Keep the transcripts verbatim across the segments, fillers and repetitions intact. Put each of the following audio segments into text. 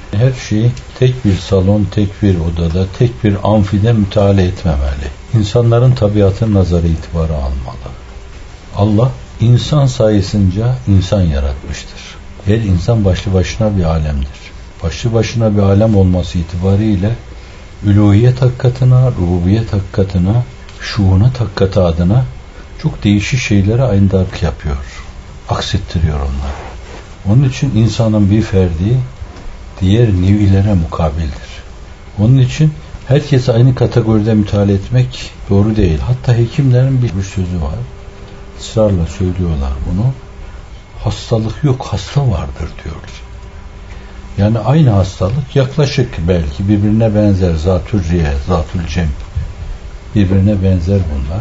Her şeyi tek bir salon, tek bir odada, tek bir amfide müteala etmemeli. İnsanların tabiatı nazarı itibarı almalı. Allah insan sayesinde insan yaratmıştır. Her insan başlı başına bir alemdir. Başlı başına bir alem olması itibariyle üluhiyet hakikatına, rububiyet hakikatına, şuunat hakikati adına çok değişik şeylere ayındarlık yapıyor. Aksettiriyor onları. Onun için insanın bir ferdi diğer nevilere mukabildir. Onun için herkese aynı kategoride müteala etmek doğru değil. Hatta hekimlerin bir, bir sözü var. Israrla söylüyorlar bunu. Hastalık yok, hasta vardır diyorlar. Yani aynı hastalık yaklaşık belki birbirine benzer. Zatül riye, zatül cem. Birbirine benzer bunlar.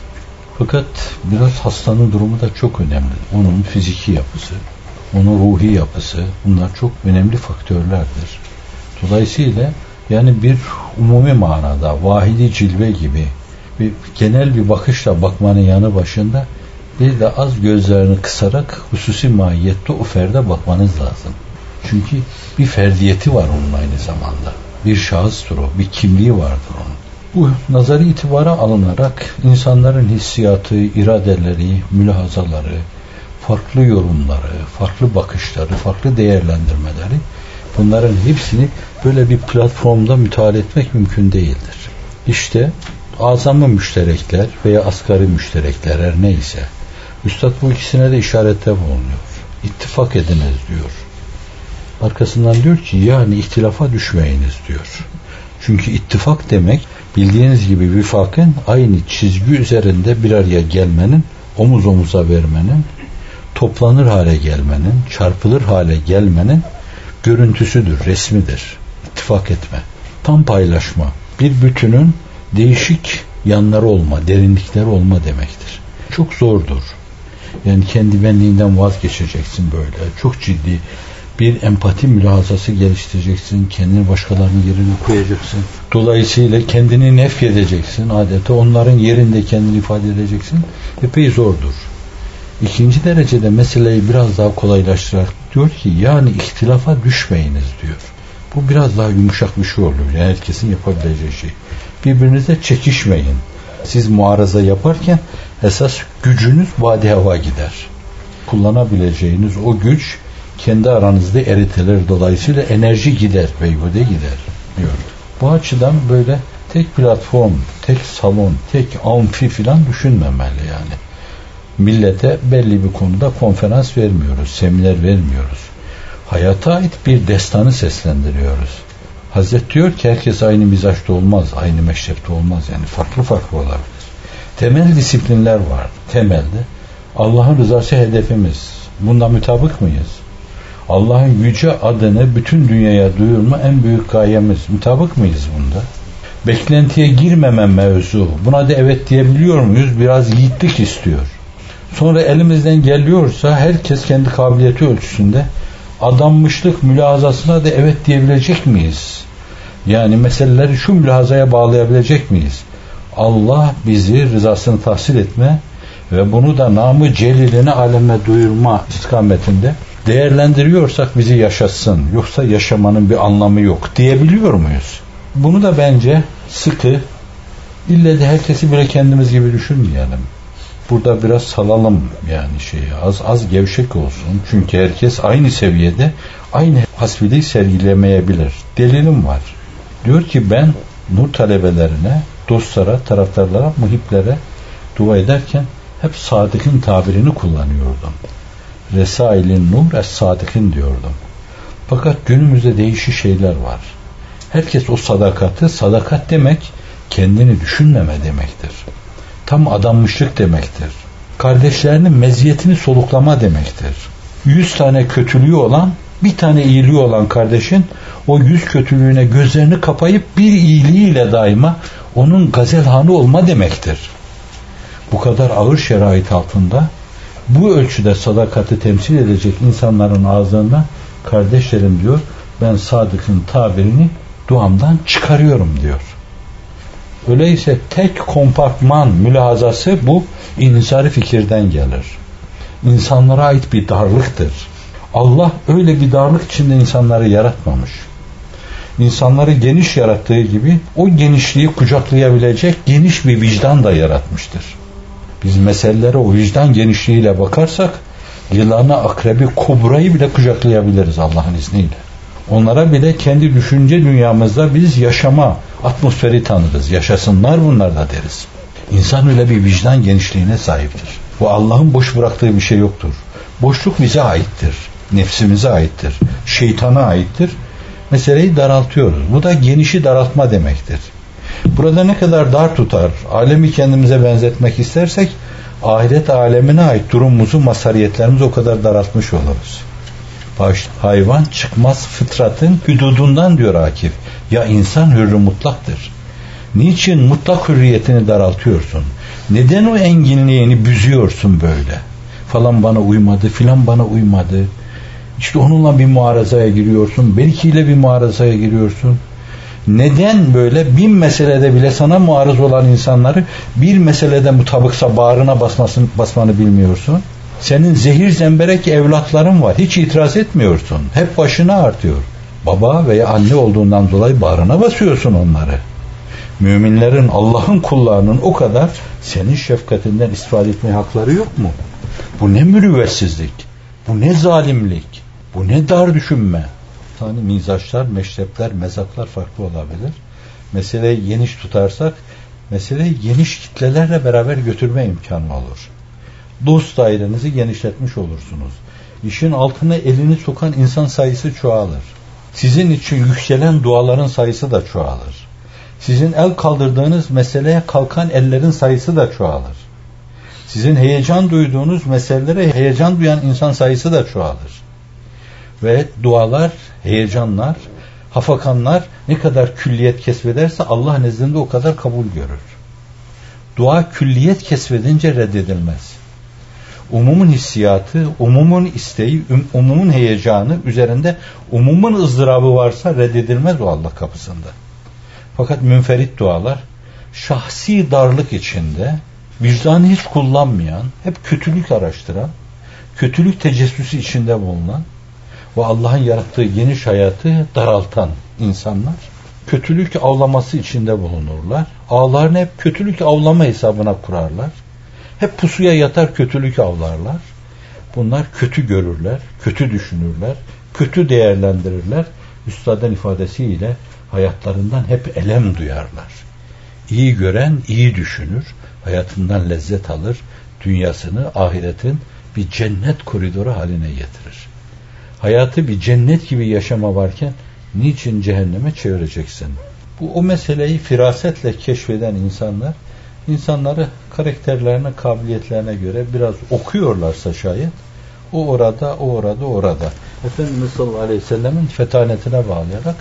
Fakat biraz hastanın durumu da çok önemli. Onun fiziki yapısı, onun ruhi yapısı, bunlar çok önemli faktörlerdir. Dolayısıyla yani bir umumi manada vahidi cilve gibi bir genel bir bakışla bakmanın yanı başında bir de az gözlerini kısarak hususi mahiyette o ferde bakmanız lazım. Çünkü bir ferdiyeti var onun aynı zamanda. Bir şahıstır o, bir kimliği vardır onun. Bu nazari itibara alınarak insanların hissiyatı, iradeleri, mülahazaları, farklı yorumları, farklı bakışları, farklı değerlendirmeleri, bunların hepsini böyle bir platformda müteala etmek mümkün değildir. İşte azam-ı müşterekler veya asgari müşterekler her neyse, Üstad bu ikisine de işarette bulunuyor. İttifak ediniz diyor. Arkasından diyor ki yani ihtilafa düşmeyiniz diyor. Çünkü ittifak demek bildiğiniz gibi vifakın aynı çizgi üzerinde bir araya gelmenin, omuz omuza vermenin, toplanır hale gelmenin, çarpılır hale gelmenin görüntüsüdür, resmidir. İttifak etme, tam paylaşma, bir bütünün değişik yanları olma, derinlikleri olma demektir. Çok zordur. Yani kendi benliğinden vazgeçeceksin böyle. Çok ciddi bir empati mülahazası geliştireceksin. Kendini başkalarının yerine koyacaksın. Dolayısıyla kendini nefyedeceksin. Adeta onların yerinde kendini ifade edeceksin. Epey zordur. İkinci derecede meseleyi biraz daha kolaylaştırarak diyor ki yani ihtilafa düşmeyiniz diyor. Bu biraz daha yumuşak bir şey oluyor. Yani herkesin yapabileceği şey. Birbirinize çekişmeyin. Siz muaraza yaparken esas gücünüz vadi hava gider. Kullanabileceğiniz o güç kendi aranızda eritilir. Dolayısıyla enerji gider, beyhude gider diyor. Bu açıdan böyle tek platform, tek salon, tek amfi filan düşünmemeli yani. Millete belli bir konuda konferans vermiyoruz, seminer vermiyoruz. Hayata ait bir destanı seslendiriyoruz. Hazret diyor ki herkes aynı mizaçta olmaz, aynı meşrepte olmaz yani farklı farklı olabilir. Temel disiplinler var. Temelde Allah'ın rızası hedefimiz. Bunda mutabık mıyız? Allah'ın yüce adını bütün dünyaya duyurma en büyük gayemiz. Mutabık mıyız bunda? Beklentiye girmeme mevzu. Buna da evet diyebiliyor muyuz? Biraz yiğitlik istiyor. Sonra elimizden geliyorsa herkes kendi kabiliyeti ölçüsünde adanmışlık mülahazasına da evet diyebilecek miyiz? Yani meseleleri şu mülahazaya bağlayabilecek miyiz? Allah bizi rızasını tahsil etme ve bunu da namı celilini aleme duyurma istikametinde değerlendiriyorsak bizi yaşatsın. Yoksa yaşamanın bir anlamı yok diyebiliyor muyuz? Bunu da bence sıkı, ille de herkesi bile kendimiz gibi düşünmeyelim. Burada biraz salalım yani şeyi, az az gevşek olsun. Çünkü herkes aynı seviyede aynı hasbideyi sergilemeyebilir. Delilim var. Diyor ki ben nur talebelerine, dostlara, taraftarlara, muhiplere dua ederken hep sadıkın tabirini kullanıyordum. Resailin nur es sadıkın diyordum. Fakat günümüzde değişik şeyler var. Herkes o sadakati, sadakat demek kendini düşünmeme demektir. Tam adanmışlık demektir. Kardeşlerinin meziyetini soluklama demektir. Yüz tane kötülüğü olan, bir tane iyiliği olan kardeşin o yüz kötülüğüne gözlerini kapayıp bir iyiliğiyle daima onun gazelhanı olma demektir. Bu kadar ağır şerait altında bu ölçüde sadakati temsil edecek insanların ağzından kardeşlerim diyor, ben sadıkın tabirini duamdan çıkarıyorum diyor. Öyleyse tek kompartman mülahazası bu inhisari fikirden gelir. İnsanlara ait bir darlıktır. Allah öyle bir darlık içinde insanları yaratmamış. İnsanları geniş yarattığı gibi o genişliği kucaklayabilecek geniş bir vicdan da yaratmıştır. Biz meselelere o vicdan genişliğiyle bakarsak yılanı, akrebi, kobrayı bile kucaklayabiliriz Allah'ın izniyle. Onlara bile kendi düşünce dünyamızda biz yaşama atmosferi tanırız. Yaşasınlar bunlar da deriz. İnsan öyle bir vicdan genişliğine sahiptir. Bu Allah'ın boş bıraktığı bir şey yoktur. Boşluk bize aittir. Nefsimize aittir. Şeytana aittir. Meseleyi daraltıyoruz. Bu da genişi daraltma demektir. Burada ne kadar dar tutar, alemi kendimize benzetmek istersek, ahiret alemine ait durumumuzu, mazhariyetlerimizi o kadar daraltmış oluruz. Baş, hayvan çıkmaz fıtratın hududundan diyor Akif. Ya insan hürrü mutlaktır. Niçin mutlak hürriyetini daraltıyorsun? Neden o enginliğini büzüyorsun böyle? Falan bana uymadı, filan bana uymadı. İşte onunla bir muarazaya giriyorsun, belkiyle bir muarazaya giriyorsun. Neden böyle bin meselede bile sana muarız olan insanları bir meselede mutabıksa bağrına basmasını, basmanı bilmiyorsun? Senin zehir zemberek evlatların var. Hiç itiraz etmiyorsun. Hep başına artıyor. Baba veya anne olduğundan dolayı bağrına basıyorsun onları. Müminlerin, Allah'ın kullarının o kadar senin şefkatinden istifade etmeye hakları yok mu? Bu ne mürüvvetsizlik, bu ne zalimlik, bu ne dar düşünme. Yani mizaçlar, meşrepler, mezaklar farklı olabilir. Meseleyi geniş tutarsak, meseleyi geniş kitlelerle beraber götürme imkanı olur. Dost dairenizi genişletmiş olursunuz. İşin altına elini sokan insan sayısı çoğalır. Sizin için yükselen duaların sayısı da çoğalır. Sizin el kaldırdığınız meseleye kalkan ellerin sayısı da çoğalır. Sizin heyecan duyduğunuz meselelere heyecan duyan insan sayısı da çoğalır. Ve dualar, heyecanlar, hafakanlar ne kadar külliyet kesbederse Allah nezdinde o kadar kabul görür. Dua külliyet kesbedince reddedilmez. Umumun hissiyatı, umumun isteği, umumun heyecanı üzerinde umumun ızdırabı varsa reddedilmez o Allah kapısında. Fakat münferit dualar şahsi darlık içinde vicdanı hiç kullanmayan, hep kötülük araştıran, kötülük tecessüsü içinde bulunan ve Allah'ın yarattığı geniş hayatı daraltan insanlar kötülük avlaması içinde bulunurlar. Ağlarını hep kötülük avlama hesabına kurarlar. Hep pusuya yatar kötülük avlarlar. Bunlar kötü görürler, kötü düşünürler, kötü değerlendirirler. Üstadın ifadesiyle hayatlarından hep elem duyarlar. İyi gören iyi düşünür, hayatından lezzet alır, dünyasını ahiretin bir cennet koridoru haline getirir. Hayatı bir cennet gibi yaşama varken niçin cehenneme çevireceksin? Bu o meseleyi firasetle keşfeden insanlar, insanları karakterlerine, kabiliyetlerine göre biraz okuyorlarsa şayet, o orada, o orada, o orada. Efendimiz sallallahu aleyhi ve sellemin fetanetine bağlayarak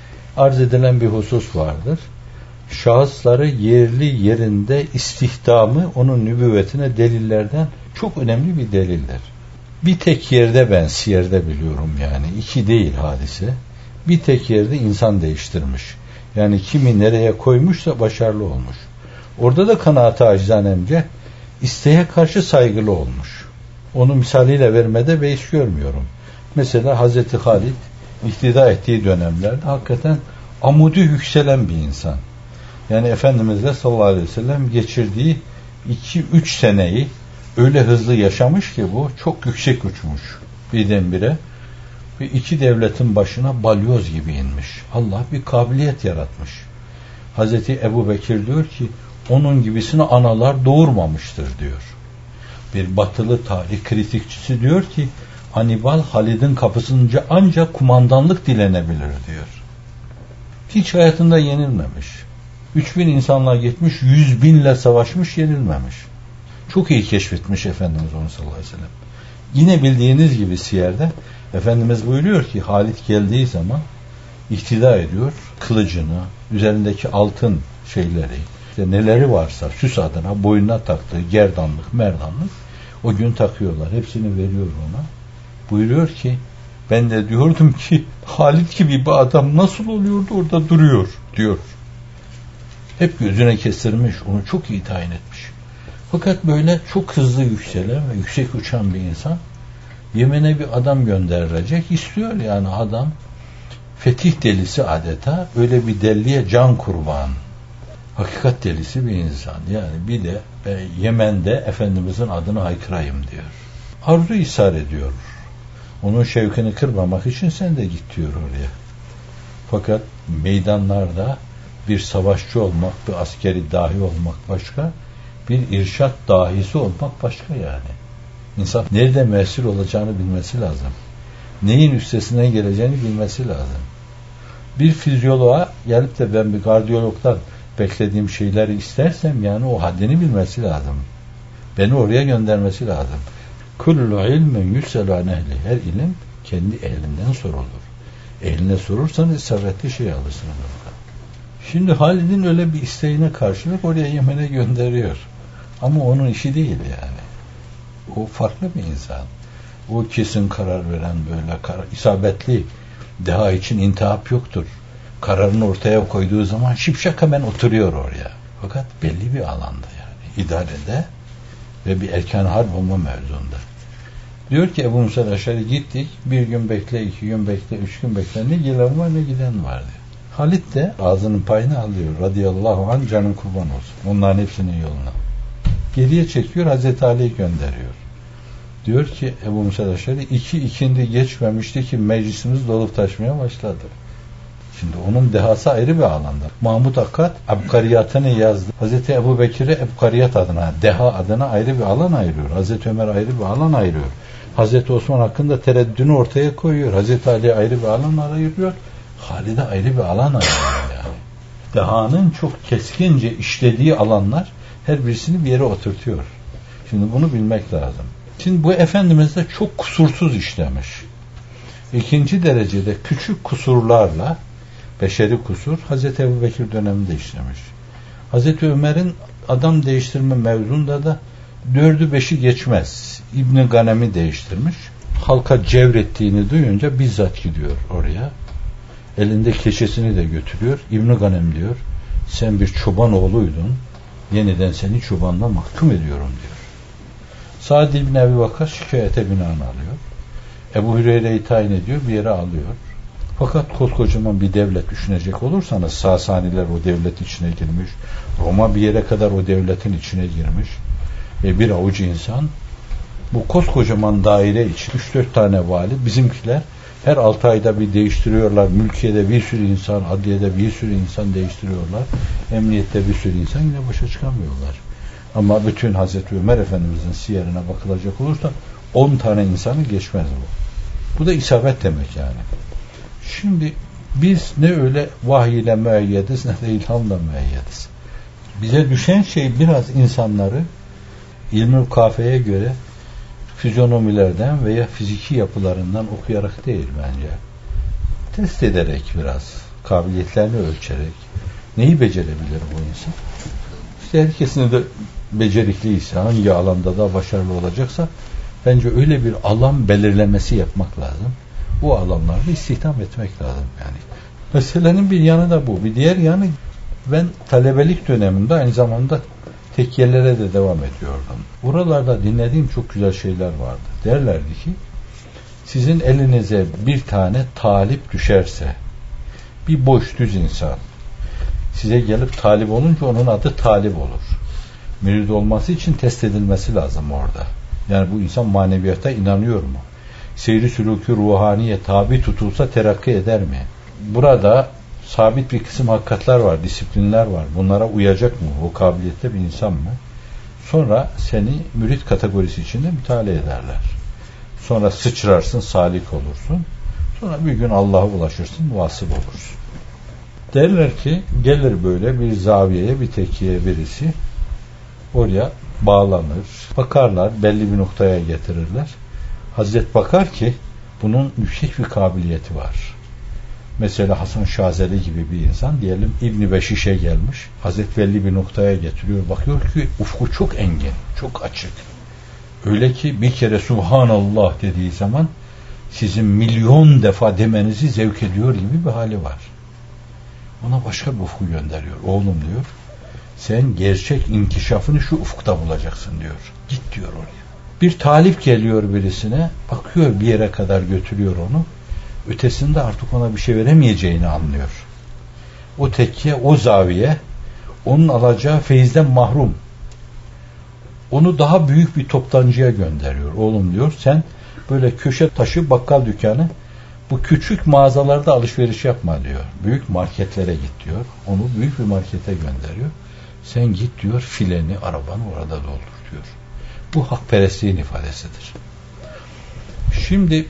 arz edilen bir husus vardır. Şahısları yerli yerinde istihdamı onun nübüvvetine delillerden çok önemli bir delildir. Bir tek yerde ben siyerde biliyorum yani. İki değil hadise. Bir tek yerde insan değiştirmiş. Yani kimi nereye koymuşsa başarılı olmuş. Orada da kanaat-ı acizanemce isteğe karşı saygılı olmuş. Onu misaliyle vermede beis görmüyorum. Mesela Hazreti Halid iktida ettiği dönemlerde hakikaten amudu yükselen bir insan. Yani Efendimiz'le sallallahu aleyhi ve sellem geçirdiği iki üç seneyi öyle hızlı yaşamış ki bu çok yüksek uçmuş birdenbire ve iki devletin başına balyoz gibi inmiş. Allah bir kabiliyet yaratmış. Hazreti Ebu Bekir diyor ki onun gibisini analar doğurmamıştır diyor. Bir batılı tarih kritikçisi diyor ki Hannibal Halid'in kapısınca ancak kumandanlık dilenebilir diyor. Hiç hayatında yenilmemiş. Üç bin insanla gitmiş, yüz binle savaşmış, yenilmemiş. Çok iyi keşfetmiş Efendimiz onu sallallahu aleyhi ve sellem. Yine bildiğiniz gibi siyerde Efendimiz buyuruyor ki Halid geldiği zaman iktida ediyor, kılıcını, üzerindeki altın şeyleri, işte neleri varsa süs adına boynuna taktığı gerdanlık, merdanlık o gün takıyorlar. Hepsini veriyor ona. Buyuruyor ki ben de diyordum ki Halid gibi bir adam nasıl oluyordu orada duruyor diyor. Hep gözüne kestirmiş, onu çok iyi tayin etmiş. Fakat böyle çok hızlı yükselen ve yüksek uçan bir insan Yemen'e bir adam gönderilecek istiyor yani adam Fetih delisi adeta, öyle bir deliye can kurban. Hakikat delisi bir insan. Yani bir de e, Yemen'de Efendimizin adını haykırayım diyor. Arzu ishar ediyor. Onun şevkini kırmamak için sen de git diyor oraya. Fakat meydanlarda bir savaşçı olmak, bir askeri dahi olmak başka, bir irşat dahisi olmak başka yani. İnsan nerede mesul olacağını bilmesi lazım. Neyin üstesinden geleceğini bilmesi lazım. Bir fizyoloğa gelip de ben bir kardiyologdan beklediğim şeyleri istersem yani o haddini bilmesi lazım. Beni oraya göndermesi lazım. Kullu ilmin yüselu an ehli. Her ilim kendi ehlinden sorulur. Ehline sorursanız isabetli şey alırsınız orada. Şimdi Halid'in öyle bir isteğine karşılık oraya Yemen'e gönderiyor. Ama onun işi değil yani. O farklı bir insan. O kesin karar veren böyle karar, isabetli deha için intihap yoktur. Kararını ortaya koyduğu zaman şipşak hemen oturuyor oraya. Fakat belli bir alanda yani. İdarede ve bir erken harp olma mevzuunda. Diyor ki Ebu Musa el-Eş'ari gittik. Bir gün bekle, iki gün bekle, üç gün bekle. Ne gelen var ne giden var diyor. Halit de ağzının payını alıyor. Radıyallahu anh canın kurban olsun. Onların hepsinin yoluna. Geriye çekiyor. Hazreti Ali'yi gönderiyor. Diyor ki Ebu Musa el-Eş'ari iki ikindi geçmemişti ki meclisimiz dolup taşmaya başladı. Şimdi onun dehası ayrı bir alanda. Mahmud Akkad Ebkariyatını yazdı. Hazreti Ebu Bekir'e Ebkariyat adına, deha adına ayrı bir alan ayırıyor. Hazreti Ömer ayrı bir alan ayırıyor. Hazreti Osman hakkında tereddüdünü ortaya koyuyor. Hazreti Ali ayrı bir alan ayırıyor. Halid'e ayrı bir alan ayırıyor yani. Dehanın çok keskince işlediği alanlar her birisini bir yere oturtuyor. Şimdi bunu bilmek lazım. Şimdi bu Efendimiz de çok kusursuz işlemiş. İkinci derecede küçük kusurlarla, beşeri kusur Hazreti Ebu Bekir döneminde işlemiş. Hazreti Ömer'in adam değiştirme mevzunda da dördü beşi geçmez. İbn-i Ganem'i değiştirmiş. Halka cevrettiğini duyunca bizzat gidiyor oraya. Elinde keçesini de götürüyor. İbn-i Ganem diyor, sen bir çoban oğluydun. Yeniden seni çobanla mahkum ediyorum diyor. Sa'd ibn Ebi Vakkas şikayete binaen alıyor. Ebu Hüreyre'yi tayin ediyor, bir yere alıyor. Fakat koskocaman bir devlet düşünecek olursanız Sasaniler o devlet içine girmiş. Roma bir yere kadar o devletin içine girmiş. Ve bir avuç insan bu koskocaman daire için üç dört tane vali, bizimkiler her altı ayda bir değiştiriyorlar. Mülkiyede bir sürü insan, adliyede bir sürü insan değiştiriyorlar. Emniyette bir sürü insan, yine başa çıkamıyorlar. Ama bütün Hazreti Ömer Efendimizin siyerine bakılacak olursa on tane insanı geçmez bu. Bu da isabet demek yani. Şimdi biz ne öyle vahiy ile müeyyediz ne de ilhamla müeyyediz. Bize düşen şey biraz insanları ilmi kafeye göre fizyonomilerden veya fiziki yapılarından okuyarak değil bence. Test ederek biraz, kabiliyetlerini ölçerek neyi becerebilir bu insan? İşte herkesin de becerikliyse, hangi alanda da başarılı olacaksa bence öyle bir alan belirlemesi yapmak lazım. Bu alanlarda istihdam etmek lazım yani. Meselenin bir yanı da bu. Bir diğer yanı, ben talebelik döneminde aynı zamanda tekkiyelere de devam ediyordum. Buralarda dinlediğim çok güzel şeyler vardı. Derlerdi ki, sizin elinize bir tane talip düşerse, bir boş düz insan size gelip talip olunca onun adı talip olur. Mürid olması için test edilmesi lazım orada. Yani bu insan maneviyata inanıyor mu? Seyri sülûkü ruhaniye tabi tutulsa terakki eder mi? Burada sabit bir kısım hakikatler var, disiplinler var. Bunlara uyacak mı? O kabiliyette bir insan mı? Sonra seni mürit kategorisi içinde müteala ederler. Sonra sıçrarsın, salik olursun. Sonra bir gün Allah'a ulaşırsın, vasıl olursun. Derler ki, gelir böyle bir zaviyeye, bir tekkiye birisi. Oraya bağlanır. Bakarlar, belli bir noktaya getirirler. Hazret bakar ki bunun yüksek bir kabiliyeti var. Mesela Hasan Şazeli gibi bir insan, diyelim İbn-i Beşiş'e gelmiş. Hazret belli bir noktaya getiriyor. Bakıyor ki ufku çok engin, çok açık. Öyle ki bir kere Subhanallah dediği zaman sizin milyon defa demenizi zevk ediyor gibi bir hali var. Ona başka bir ufku gönderiyor. Oğlum diyor, sen gerçek inkişafını şu ufukta bulacaksın diyor. Git diyor oraya. Bir talip geliyor birisine, bakıyor bir yere kadar götürüyor onu. ötesinde artık ona bir şey veremeyeceğini anlıyor. O tekke, o zaviye onun alacağı feyizden mahrum. Onu daha büyük bir toptancıya gönderiyor. Oğlum diyor, sen böyle köşe taşı bakkal dükkanı, bu küçük mağazalarda alışveriş yapma diyor. Büyük marketlere git diyor. Onu büyük bir markete gönderiyor. Sen git diyor, fileni, arabanı orada doldur diyor. Bu hakperestliğin ifadesidir. Şimdi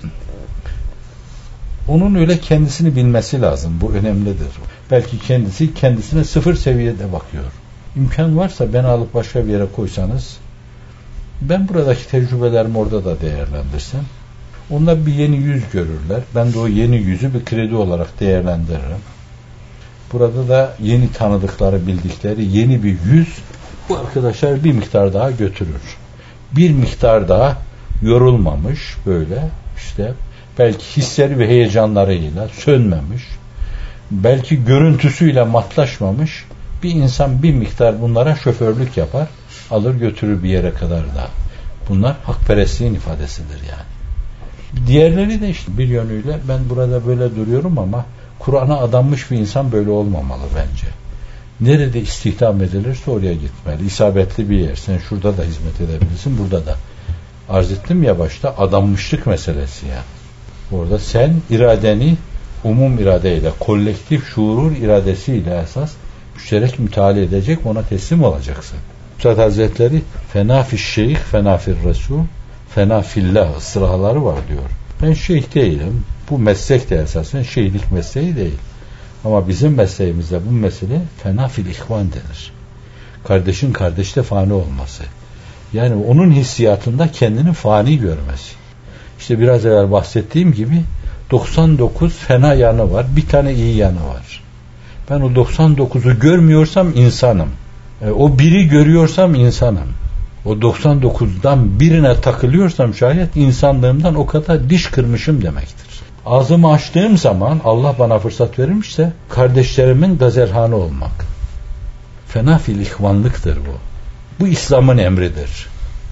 onun öyle kendisini bilmesi lazım. Bu önemlidir. Belki kendisi kendisine sıfır seviyede bakıyor. İmkan varsa beni alıp başka bir yere koysanız, ben buradaki tecrübelerimi orada da değerlendirsem, onlar bir yeni yüz görürler. Ben de o yeni yüzü bir kredi olarak değerlendiririm. Burada da yeni tanıdıkları, bildikleri yeni bir yüz bu arkadaşlar bir miktar daha götürür. Bir miktar daha yorulmamış, böyle işte belki hisleri ve heyecanlarıyla sönmemiş, belki görüntüsüyle matlaşmamış bir insan bir miktar bunlara şoförlük yapar, alır götürür bir yere kadar da. Bunlar hakperestliğin ifadesidir yani. Diğerleri de işte bir yönüyle ben burada böyle duruyorum ama Kur'an'a adanmış bir insan böyle olmamalı bence. Nerede istihdam edilirse oraya gitmeli. İsabetli bir yer. Sen şurada da hizmet edebilirsin, burada da. Arz ettim ya başta, adanmışlık meselesi yani. Orada sen iradeni umum iradeyle, kolektif şuurun iradesiyle esas müşterek müteala edecek, ona teslim olacaksın. Üstad Hazretleri fena fiş şeyh, fena fir resul, fena fillah ısrarları var diyor. Ben şeyh değilim. Bu meslek de esasen şeyhlik mesleği değil. Ama bizim mesleğimizde bu mesele fena fil ihvan denir. Kardeşin kardeşte fani olması. Yani onun hissiyatında kendini fani görmesi. İşte biraz evvel bahsettiğim gibi doksan dokuz fena yanı var. Bir tane iyi yanı var. Ben o doksan dokuzu görmüyorsam insanım. E, o biri görüyorsam insanım. O doksan dokuzdan birine takılıyorsam şayet insanlığımdan o kadar diş kırmışım demektir. Ağzımı açtığım zaman Allah bana fırsat verirmişse kardeşlerimin gazelhanı olmak. Fena fil ihvanlıktır bu. Bu İslam'ın emridir.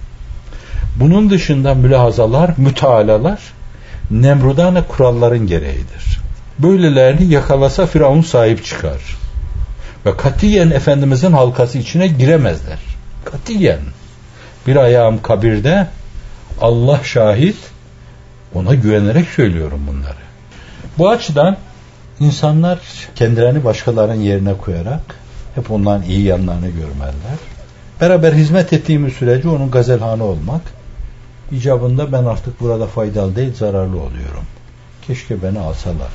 Bunun dışında mülahazalar, mütealalar Nemrudane kuralların gereğidir. Böylelerini yakalasa Firavun sahip çıkar. Ve katiyen Efendimizin halkası içine giremezler. Katiyen. Bir ayağım kabirde, Allah şahit, ona güvenerek söylüyorum bunları. Bu açıdan insanlar kendilerini başkalarının yerine koyarak hep onların iyi yanlarını görmeliler. Beraber hizmet ettiğimiz sürece onun gazelhanı olmak, icabında ben artık burada faydalı değil, zararlı oluyorum. Keşke beni alsalar.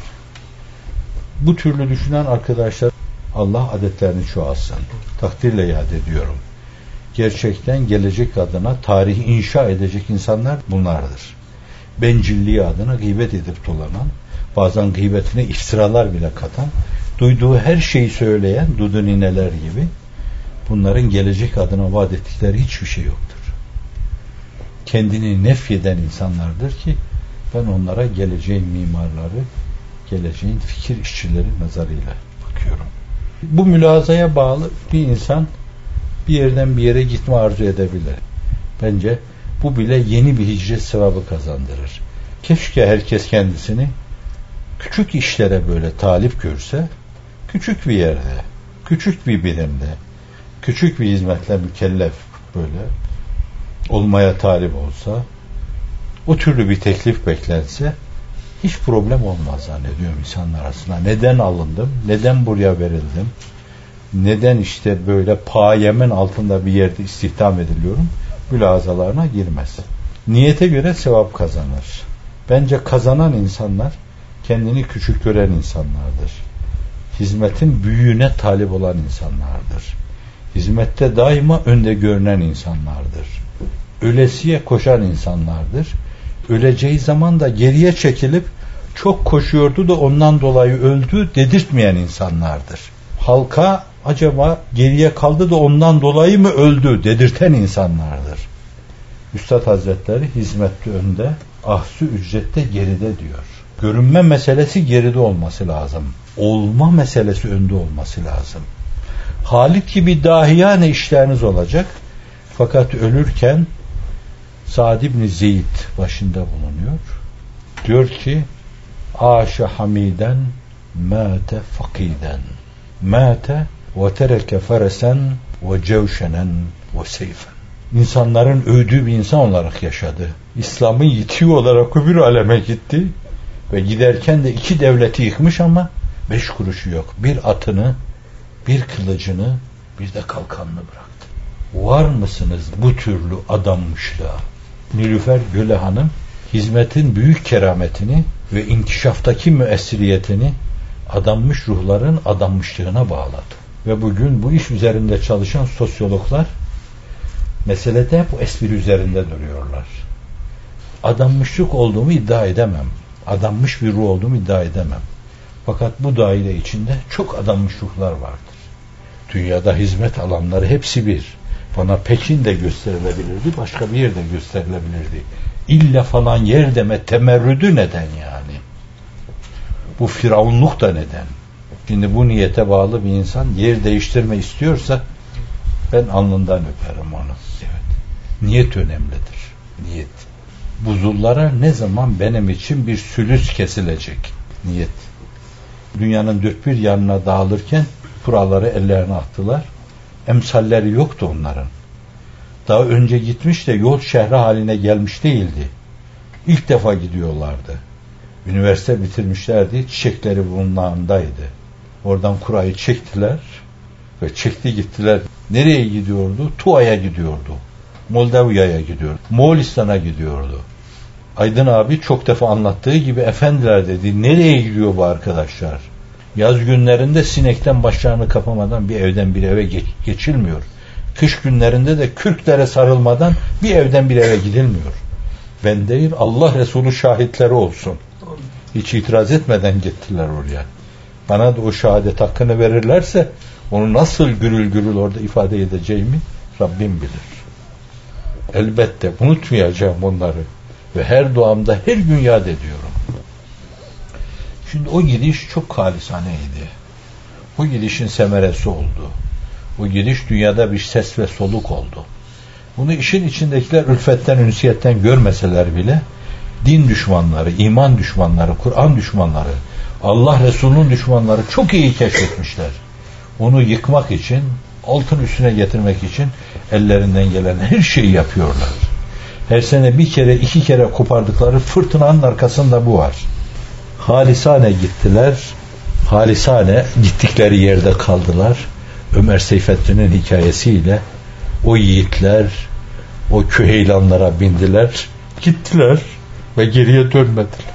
Bu türlü düşünen arkadaşlar, Allah adetlerini çoğalsın. Takdirle yad ediyorum. Gerçekten gelecek adına tarihi inşa edecek insanlar bunlardır. Bencilliği adına gıybet edip dolanan, bazen gıybetine iftiralar bile katan, duyduğu her şeyi söyleyen dudu nineler gibi, bunların gelecek adına vaat ettikleri hiçbir şey yoktur. Kendini nefyeden insanlardır ki ben onlara geleceğin mimarları, geleceğin fikir işçileri nazarıyla bakıyorum. Bu mülazaya bağlı bir insan bir yerden bir yere gitme arzu edebilir. Bence bu bile yeni bir hicret sevabı kazandırır. Keşke herkes kendisini küçük işlere böyle talip görse, küçük bir yerde, küçük bir birimde, küçük bir hizmetle mükellef böyle olmaya talip olsa, o türlü bir teklif beklense hiç problem olmaz zannediyorum insanlar arasında. Neden alındım? Neden buraya verildim? Neden işte böyle payemin altında bir yerde istihdam ediliyorum? Mülazalarına girmez. Niyete göre sevap kazanır. Bence kazanan insanlar kendini küçük gören insanlardır. Hizmetin büyüğüne talip olan insanlardır. Hizmette daima önde görünen insanlardır. Ölesiye koşan insanlardır. Öleceği zaman da geriye çekilip çok koşuyordu da ondan dolayı öldü dedirtmeyen insanlardır. Halka acaba geriye kaldı da ondan dolayı mı öldü dedirten insanlardır. Üstad Hazretleri hizmette önde, ahsü ücrette geride diyor. Görünme meselesi geride olması lazım. Olma meselesi önde olması lazım. Halit gibi dahiyane işleriniz olacak. Fakat ölürken Sa'd ibn Zeyd başında bulunuyor. Diyor ki Aşe hamiden mâte fakiden. Mâte ve tereke feresen ve cevşenen ve seyfen. İnsanların övdüğü bir insan olarak yaşadı. İslam'ın yitiği olarak öbür aleme gitti ve giderken de iki devleti yıkmış ama beş kuruşu yok. Bir atını, bir kılıcını, bir de kalkanını bıraktı. Var mısınız bu türlü adanmışlığa? Nilüfer Göle Hanım hizmetin büyük kerametini ve inkişaftaki müessiriyetini adanmış ruhların adanmışlığına bağladı. Ve bugün bu iş üzerinde çalışan sosyologlar meselede hep bu espri üzerinde duruyorlar. Adanmışlık olduğumu iddia edemem. Adanmış bir ruh olduğumu iddia edemem. Fakat bu daire içinde çok adanmış ruhlar vardır. Dünyada hizmet alanları hepsi bir. Bana Pekin de gösterilebilirdi, başka bir yerde gösterilebilirdi. İlla falan yer deme temerrüdü neden yani? Bu firavunluk da neden? Şimdi bu niyete bağlı bir insan yer değiştirme istiyorsa ben alnından öperim onu. Evet. Niyet önemlidir. Niyet. Buzullara ne zaman benim için bir sülüs kesilecek? Niyet. Dünyanın dört bir yanına dağılırken kuralları ellerine attılar. Emsalleri yoktu onların. Daha önce gitmiş de yol şehri haline gelmiş değildi. İlk defa gidiyorlardı. Üniversite bitirmişlerdi. Çiçekleri bunlarındaydı. Oradan kurayı çektiler ve çekti gittiler. Nereye gidiyordu? Tuva'ya gidiyordu. Moldova'ya gidiyordu. Moğolistan'a gidiyordu. Aydın abi çok defa anlattığı gibi efendiler dedi. Nereye gidiyor bu arkadaşlar? Yaz günlerinde sinekten başlarını kapamadan bir evden bir eve geç, geçilmiyor. Kış günlerinde de kürklere sarılmadan bir evden bir eve gidilmiyor. Ben değil, Allah Resulü şahitleri olsun. Hiç itiraz etmeden gittiler oraya. Bana da o şehadet hakkını verirlerse onu nasıl gürül gürül orada ifade edeceğimi Rabbim bilir. Elbette unutmayacağım onları ve her duamda her gün yad ediyorum. Şimdi o gidiş çok halisaneydi. O gidişin semeresi oldu. O gidiş dünyada bir ses ve soluk oldu. Bunu işin içindekiler ülfetten, ünsiyetten görmeseler bile din düşmanları, iman düşmanları, Kur'an düşmanları, Allah Resulü'nün düşmanları çok iyi keşfetmişler. Onu yıkmak için, altın üstüne getirmek için ellerinden gelen her şeyi yapıyorlar. Her sene bir kere, iki kere kopardıkları fırtınanın arkasında bu var. Halisane gittiler. Halisane gittikleri yerde kaldılar. Ömer Seyfettin'in hikayesiyle o yiğitler o küheylanlara bindiler, gittiler ve geriye dönmediler.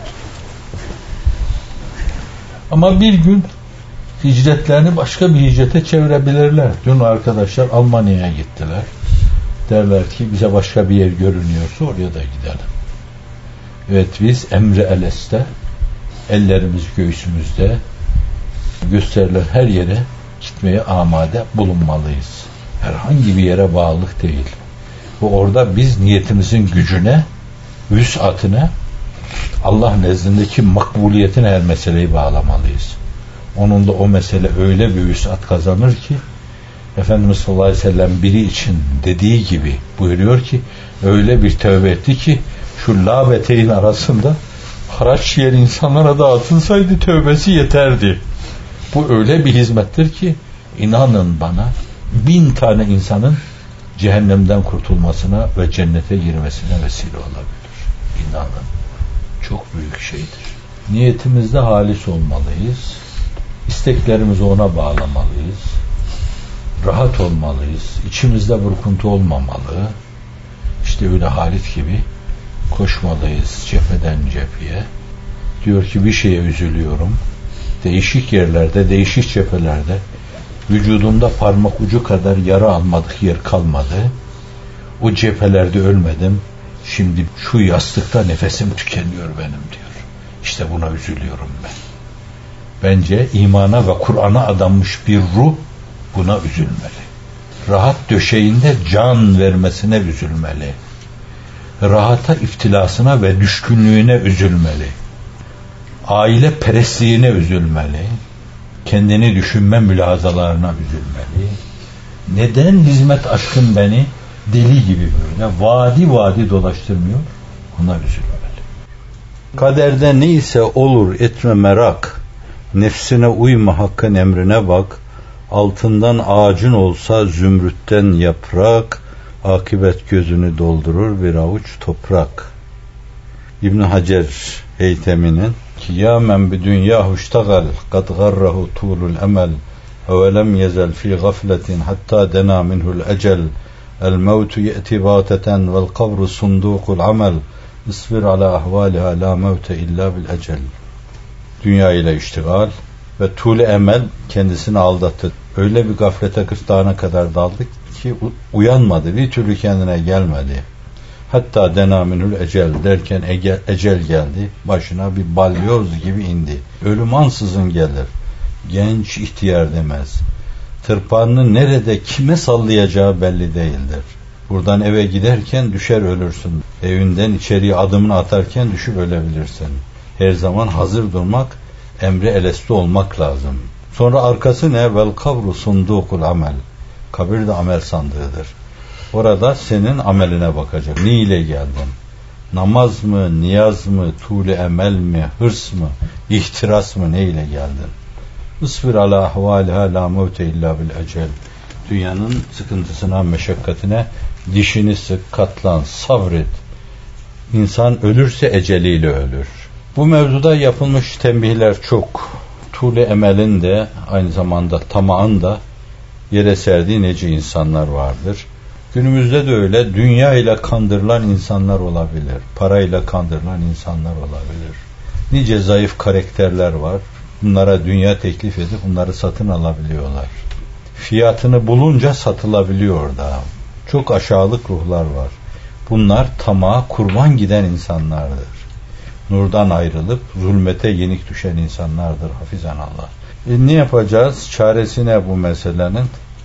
Ama bir gün hicretlerini başka bir hicrete çevirebilirler. Dün arkadaşlar Almanya'ya gittiler. Derler ki bize başka bir yer görünüyorsa oraya da gidelim. Evet, biz emri eleste, ellerimiz göğsümüzde, gösterilen her yere gitmeye amade bulunmalıyız. Herhangi bir yere bağlılık değil. Ve orada biz niyetimizin gücüne, vüs'atine, Allah nezdindeki makbuliyetine her meseleyi bağlamalıyız. Onun da o mesele öyle bir vüs'at kazanır ki Efendimiz sallallahu aleyhi ve sellem biri için dediği gibi buyuruyor ki öyle bir tövbe etti ki şu labeteyn arasında haraç yiyen insanlara dağıtılsaydı tövbesi yeterdi. Bu öyle bir hizmettir ki inanın bana bin tane insanın cehennemden kurtulmasına ve cennete girmesine vesile olabilir. İnanın. Çok büyük şeydir. Niyetimizde halis olmalıyız. İsteklerimizi ona bağlamalıyız. Rahat olmalıyız. İçimizde burkuntu olmamalı. İşte öyle Halit gibi koşmalıyız cepheden cepheye. Diyor ki bir şeye üzülüyorum. Değişik yerlerde, değişik cephelerde vücudumda parmak ucu kadar yara almadık yer kalmadı. O cephelerde ölmedim. Şimdi şu yastıkta nefesim tükeniyor benim diyor. İşte buna üzülüyorum ben. Bence imana ve Kur'an'a adanmış bir ruh buna üzülmeli. Rahat döşeğinde can vermesine üzülmeli. Rahata iftilasına ve düşkünlüğüne üzülmeli. Aile perestliğine üzülmeli. Kendini düşünme mülahazalarına üzülmeli. Neden hizmet aşkın beni deli gibi böyle vadi vadi dolaştırmıyor? Ona üzülmeli. Kaderde neyse olur etme merak. Nefsine uyma hakkın emrine bak. Altından ağacın olsa zümrütten yaprak. Akibet gözünü doldurur bir avuç toprak. İbn Hacer Heytemi'nin ki ya men bi dünya huştagal kad garrahu tulul emel ve lem yezel fi gafletin hatta dena minhu'l ecel el mevtu ye'ti bateten vel kabru sundukul amel isbir ala ahvaliha la mevte illa bil ecel. Dünya ile iştigal ve tuğle emel kendisini aldattı. Öyle bir gaflete gırtlağına kadar daldı ki uyanmadı, bir türlü kendine gelmedi. Hatta dena minhu'l ecel derken ege, ecel geldi, başına bir balyoz gibi indi. Ölüm ansızın gelir. Genç ihtiyar demez. Tırpanını nerede kime sallayacağı belli değildir. Buradan eve giderken düşer ölürsün. Evinden içeriye adımını atarken düşüp ölebilirsin. Her zaman hazır durmak, emri elesti olmak lazım. Sonra arkası ne? Vel kabru sundukul amel. Kabir de amel sandığıdır. Orada senin ameline bakacak. Ne ile geldin? Namaz mı, niyaz mı, tuğle emel mi, hırs mı, ihtiras mı, ne ile geldin? Isbir ala ahvaliha la mevte illa bil ecel. Dünyanın sıkıntısına, meşakkatine dişini sık, katlan, sabret. İnsan ölürse eceliyle ölür. Bu mevzuda yapılmış tembihler çok. Tuğle emelin de aynı zamanda tamağın da yere serdiği nece insanlar vardır. Günümüzde de öyle dünya ile kandırılan insanlar olabilir. Parayla kandırılan insanlar olabilir. Nice zayıf karakterler var. Bunlara dünya teklif edip bunları satın alabiliyorlar. Fiyatını bulunca satılabiliyor da. Çok aşağılık ruhlar var. Bunlar tamağa kurban giden insanlardır. Nurdan ayrılıp zulmete yenik düşen insanlardır hafizanallah. E ne yapacağız? Çaresi ne bu meselenin?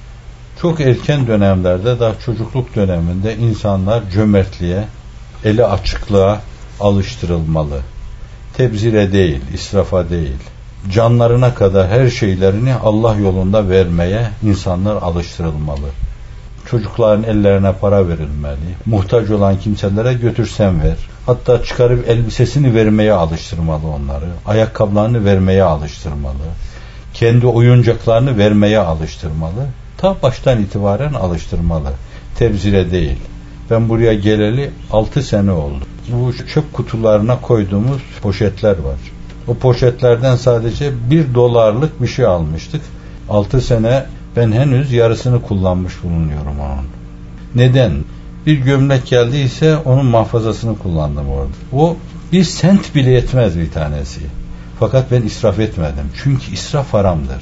Çok erken dönemlerde, daha çocukluk döneminde insanlar cömertliğe, eli açıklığa alıştırılmalı. Tebzire değil, israfa değil. Canlarına kadar her şeylerini Allah yolunda vermeye insanlar alıştırılmalı. Çocukların ellerine para verilmeli. Muhtaç olan kimselere götürsen ver. Hatta çıkarıp elbisesini vermeye alıştırmalı onları. Ayakkabılarını vermeye alıştırmalı. Kendi oyuncaklarını vermeye alıştırmalı. Ta baştan itibaren alıştırmalı. Tebzire değil. Ben buraya geleli altı sene oldu. Bu çöp kutularına koyduğumuz poşetler var. O poşetlerden sadece bir dolarlık bir şey almıştık. Altı sene ben henüz yarısını kullanmış bulunuyorum onun. Neden? Bir gömlek geldiyse onun mahfazasını kullandım orada. O bir sent bile yetmez bir tanesi. Fakat ben israf etmedim. Çünkü israf haramdır.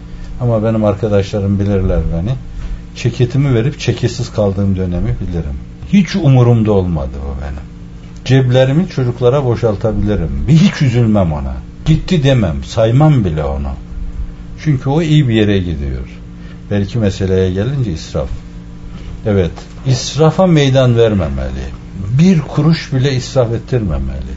Ama benim arkadaşlarım bilirler beni. Ceketimi verip ceketsiz kaldığım dönemi bilirim. Hiç umurumda olmadı o benim. Ceplerimi çocuklara boşaltabilirim. Hiç üzülmem ona. Gitti demem, saymam bile onu. Çünkü o iyi bir yere gidiyor. Belki meseleye gelince israf. Evet, israfa meydan vermemeli. Bir kuruş bile israf ettirmemeli.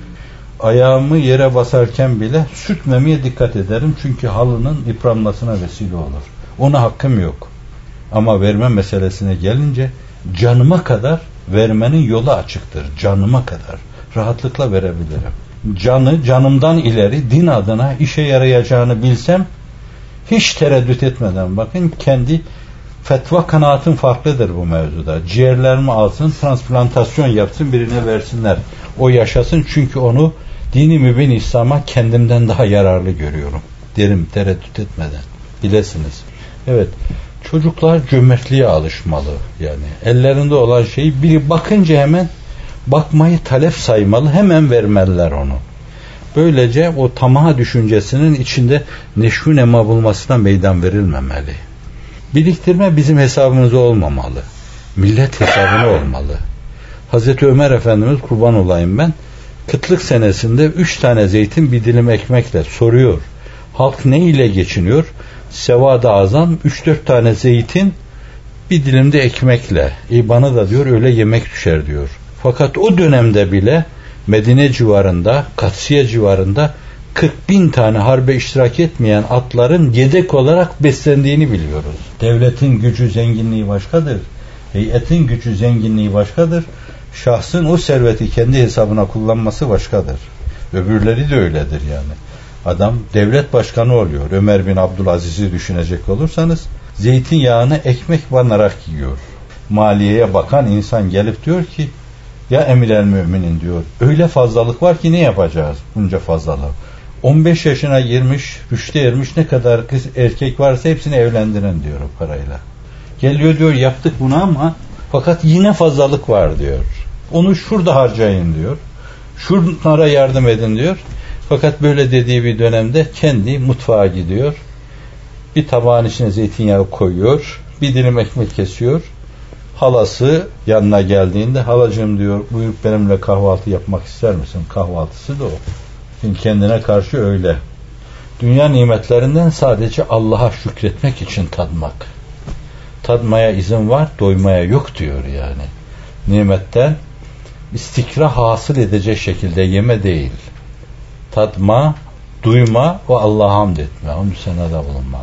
Ayağımı yere basarken bile sürtmemeye dikkat ederim. Çünkü halının yıpranmasına vesile olur. Ona hakkım yok. Ama verme meselesine gelince canıma kadar vermenin yolu açıktır. Canıma kadar. Rahatlıkla verebilirim. Canı canımdan ileri din adına işe yarayacağını bilsem hiç tereddüt etmeden bakın kendi fetva kanaatim farklıdır bu mevzuda. Ciğerlerimi alsın, transplantasyon yapsın, birine versinler. O yaşasın çünkü onu dini mübin İslam'a kendimden daha yararlı görüyorum. Derim tereddüt etmeden. Bilesiniz. Evet. Çocuklar cömertliğe alışmalı yani. Ellerinde olan şeyi biri bakınca hemen bakmayı talep saymalı, hemen vermeliler onu. Böylece o tamah düşüncesinin içinde neşvü nema bulmasına meydan verilmemeli. Biriktirme bizim hesabımızda olmamalı. Millet hesabına olmalı. Hazreti Ömer Efendimiz kurban olayım ben kıtlık senesinde üç tane zeytin bir dilim ekmekle soruyor. Halk ne ile geçiniyor? Sevad-ı azam üç dört tane zeytin bir dilimde ekmekle. E bana da diyor öyle yemek düşer diyor. Fakat o dönemde bile Medine civarında, Katsiye civarında kırk bin tane harbe iştirak etmeyen atların yedek olarak beslendiğini biliyoruz. Devletin gücü, zenginliği başkadır. Heyetin gücü, zenginliği başkadır. Şahsın o serveti kendi hesabına kullanması başkadır. Öbürleri de öyledir yani. Adam devlet başkanı oluyor. Ömer bin Abdülaziz'i düşünecek olursanız zeytinyağını ekmek banarak yiyor. Maliyeye bakan insan gelip diyor ki ya emir el müminin diyor. Öyle fazlalık var ki ne yapacağız bunca fazlalık? on beş yaşına girmiş, rüşte ermiş ne kadar kız erkek varsa hepsini evlendirin diyor o parayla. Geliyor diyor yaptık bunu ama fakat yine fazlalık var diyor. Onu şurada harcayın diyor. Şunlara yardım edin diyor. Fakat böyle dediği bir dönemde kendi mutfağa gidiyor. Bir tabağın içine zeytinyağı koyuyor. Bir dilim ekmek kesiyor. Halası yanına geldiğinde halacığım diyor buyurup benimle kahvaltı yapmak ister misin? Kahvaltısı da o. Çünkü kendine karşı öyle. Dünya nimetlerinden sadece Allah'a şükretmek için tadmak. Tadmaya izin var, doymaya yok diyor yani. Nimetten istikra hasıl edecek şekilde yeme değil. Tadma, duyma ve Allah'a hamd etme. Hamd senada bulunma.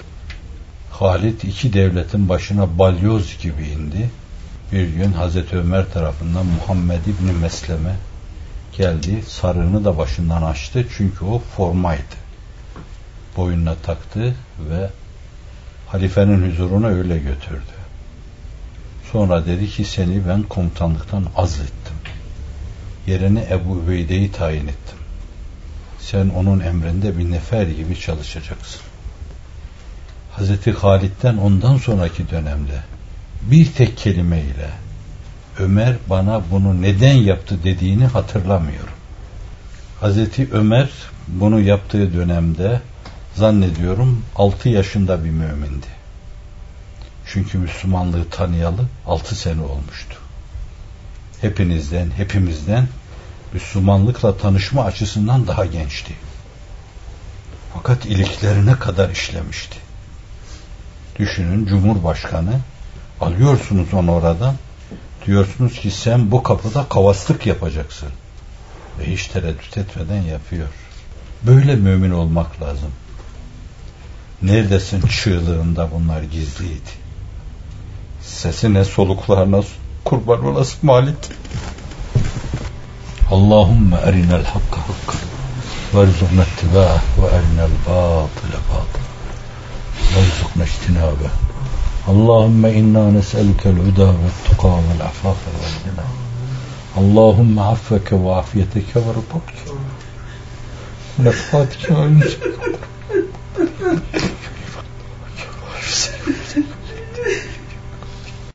Halid iki devletin başına balyoz gibi indi. Bir gün Hazreti Ömer tarafından Muhammed İbni Mesleme geldi. Sarığını da başından açtı. Çünkü o formaydı. Boynuna taktı ve halifenin huzuruna öyle götürdü. Sonra dedi ki seni ben komutanlıktan azlettim. Yerine Ebu Übeyde'yi tayin ettim. Sen onun emrinde bir nefer gibi çalışacaksın. Hazreti Halid'den ondan sonraki dönemde bir tek kelimeyle Ömer bana bunu neden yaptı dediğini hatırlamıyorum. Hazreti Ömer bunu yaptığı dönemde zannediyorum altı yaşında bir mümindi. Çünkü Müslümanlığı tanıyalı altı sene olmuştu. Hepinizden, hepimizden Müslümanlıkla tanışma açısından daha gençti. Fakat iliklerine kadar işlemişti. Düşünün Cumhurbaşkanı alıyorsunuz onu oradan diyorsunuz ki sen bu kapıda kavaslık yapacaksın. Ve hiç tereddüt etmeden yapıyor. Böyle mümin olmak lazım. Neredesin çığlığında bunlar gizliydi. Sesine soluklarına kurban olasın Malik. Allahümme erinel hakka hakka ve erzukna ittibâh ve erinel bâtıle bâtıle ve erzukna ijtinâbe. Allahümme inna nes'elukel huda ve tuqa vel afafe vel gina. Allahümme affeke ve afiyeteke ve rıbak. Nefadike ve